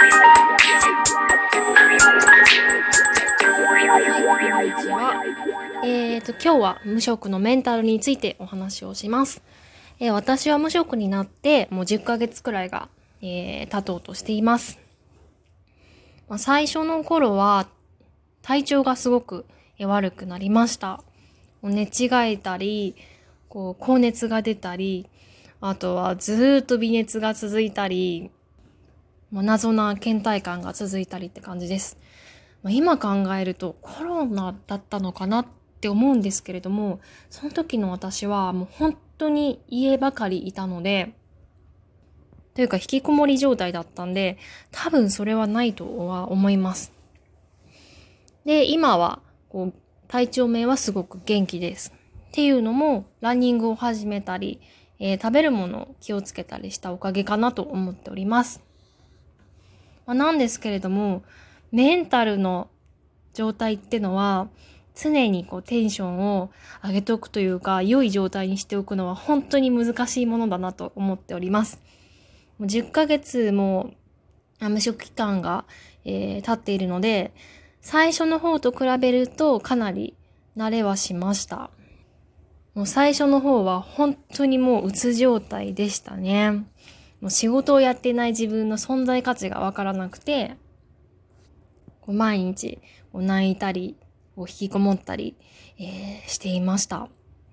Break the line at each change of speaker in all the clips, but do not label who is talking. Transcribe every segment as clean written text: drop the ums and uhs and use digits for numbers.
今日は無職のメンタルについてお話をします。私は無職になってもう10ヶ月くらいが、経とうとしています。最初の頃は体調がすごく悪くなりました。寝違えたり、高熱が出たり、あとはずーっと微熱が続いたり、謎な倦怠感が続いたりって感じです。今考えるとコロナだったのかなって思うんですけれども、その時の私はもう本当に家ばかりいたので、というか引きこもり状態だったんで、多分それはないとは思います。で、今は体調面はすごく元気です。っていうのもランニングを始めたり、食べるものを気をつけたりしたおかげかなと思っております。なんですけれども、メンタルの状態ってのは常にテンションを上げておくというか、良い状態にしておくのは本当に難しいものだなと思っております。もう10ヶ月も無職期間が、経っているので、最初の方と比べるとかなり慣れはしました。もう最初の方は本当にもううつ状態でしたね。もう仕事をやっていない自分の存在価値がわからなくて、毎日泣いたり引きこもったり、していました。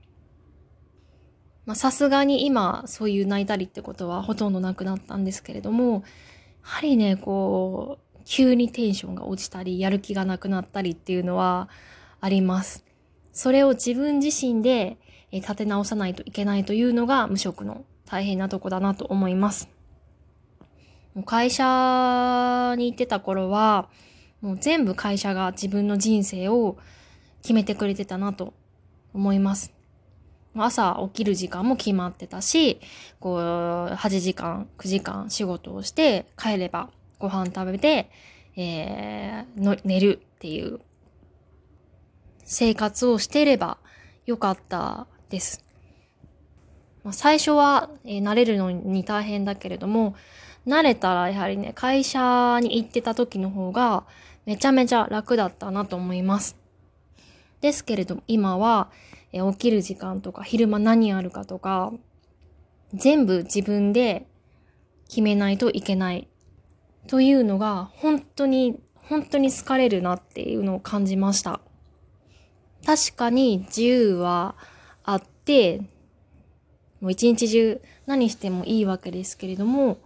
さすがに今そういう泣いたりってことはほとんどなくなったんですけれども、やはりね急にテンションが落ちたりやる気がなくなったりっていうのはあります。それを自分自身で立て直さないといけないというのが無職の大変なとこだなと思います。会社に行ってた頃はもう全部会社が自分の人生を決めてくれてたなと思います。朝起きる時間も決まってたし、8時間、9時間仕事をして帰ればご飯食べて、寝るっていう生活をしていればよかったです。最初は、慣れるのに大変だけれども、慣れたらやはりね、会社に行ってた時の方がめちゃめちゃ楽だったなと思います。ですけれども今は起きる時間とか昼間何やるかとか全部自分で決めないといけないというのが本当に疲れるなっていうのを感じました。確かに自由はあってもう一日中何してもいいわけですけれども、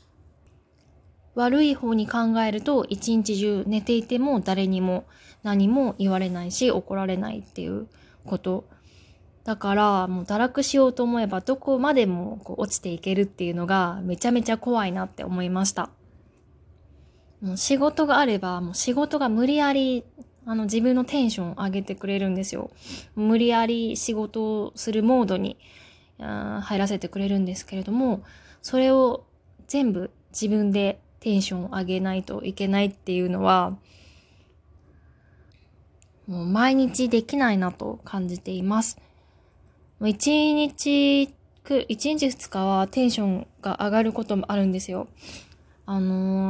悪い方に考えると一日中寝ていても誰にも何も言われないし怒られないっていうことだからもう堕落しようと思えばどこまでも落ちていけるっていうのがめちゃめちゃ怖いなって思いました。もう仕事があればもう仕事が無理やり自分のテンションを上げてくれるんですよ。無理やり仕事をするモードに入らせてくれるんですけれども、それを全部自分でテンションを上げないといけないっていうのはもう毎日できないなと感じています。1日2日はテンションが上がることもあるんですよ。こ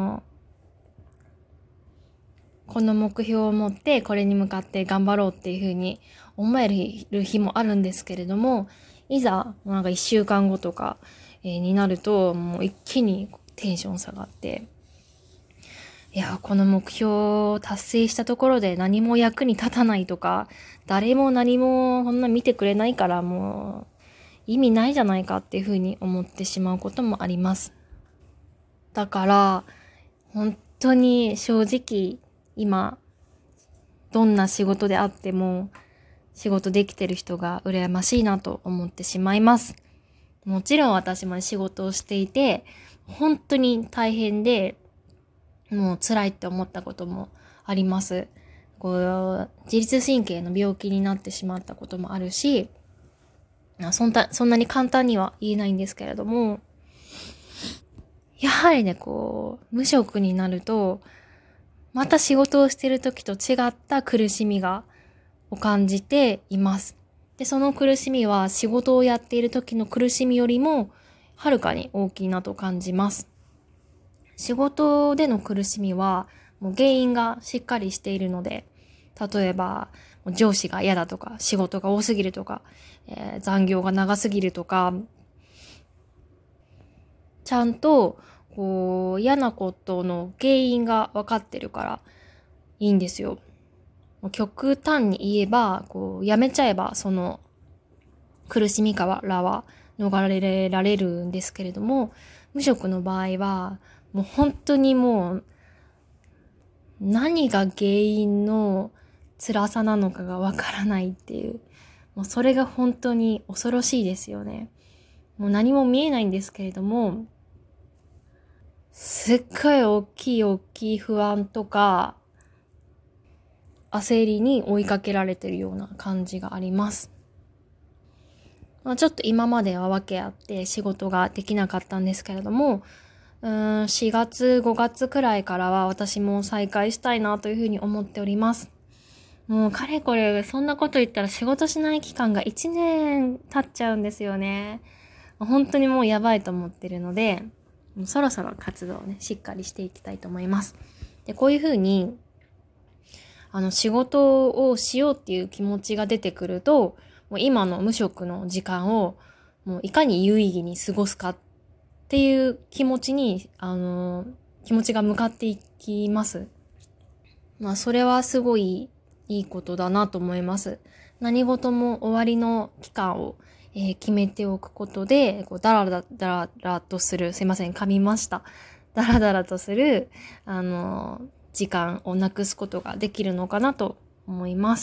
の目標を持ってこれに向かって頑張ろうっていう風に思える日もあるんですけれども、いざ1週間後とかになるともう一気にテンション下がって、いやこの目標を達成したところで何も役に立たないとか、誰も何もこんな見てくれないからもう意味ないじゃないかっていう風に思ってしまうこともあります。だから本当に正直今どんな仕事であっても仕事できてる人が羨ましいなと思ってしまいます。もちろん私も仕事をしていて本当に大変でもう辛いって思ったこともあります。自律神経の病気になってしまったこともあるし、そんなに簡単には言えないんですけれども、やはりね無職になるとまた仕事をしている時と違った苦しみを感じています。でその苦しみは仕事をやっている時の苦しみよりもはるかに大きいなと感じます。 仕事での苦しみはもう原因がしっかりしているので、例えば上司が嫌だとか、仕事が多すぎるとか、残業が長すぎるとか、ちゃんと嫌なことの原因が分かってるからいいんですよ。極端に言えばやめちゃえばその苦しみからは逃れられるんですけれども、無職の場合はもう本当にもう何が原因の辛さなのかがわからないっていう、もうそれが本当に恐ろしいですよね。もう何も見えないんですけれども、すっごい大きい不安とか焦りに追いかけられてるような感じがあります。ちょっと今までは訳あって仕事ができなかったんですけれども、4月5月くらいからは私も再開したいなというふうに思っております。もうかれこれそんなこと言ったら仕事しない期間が1年経っちゃうんですよね。本当にもうやばいと思ってるので、もうそろそろ活動をね、しっかりしていきたいと思います。で、こういうふうに仕事をしようっていう気持ちが出てくると、もう今の無職の時間をもういかに有意義に過ごすかっていう気持ちに、気持ちが向かっていきます。それはすごいいいことだなと思います。何事も終わりの期間を、決めておくことで、ダラとする、すいません、噛みました。ダラダラとする、時間をなくすことができるのかなと思います。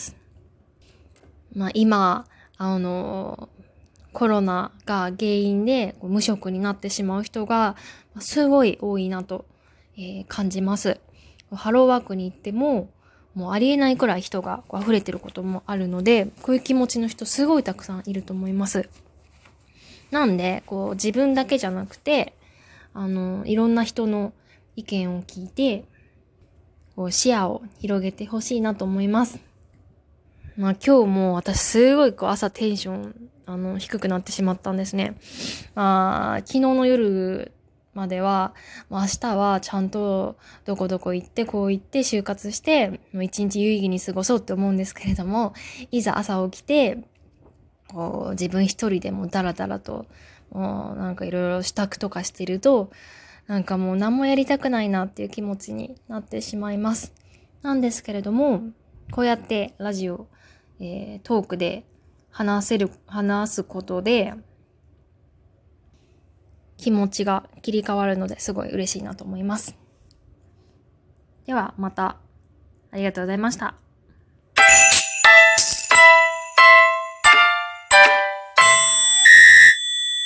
今、コロナが原因で無職になってしまう人がすごい多いなと、感じます。ハローワークに行っても、もうありえないくらい人が溢れてることもあるので、こういう気持ちの人すごいたくさんいると思います。なんで、自分だけじゃなくて、いろんな人の意見を聞いて、視野を広げてほしいなと思います。今日も私すごい朝テンション低くなってしまったんですね。昨日の夜までは、明日はちゃんとどこどこ行ってこう行って就活してもう一日有意義に過ごそうって思うんですけれども、いざ朝起きて自分一人でもダラダラとなんかいろいろ支度とかしてると、なんかもう何もやりたくないなっていう気持ちになってしまいます。なんですけれども、こうやってラジオ、トークで話すことで気持ちが切り替わるのですごい嬉しいなと思います。ではまた、ありがとうございました。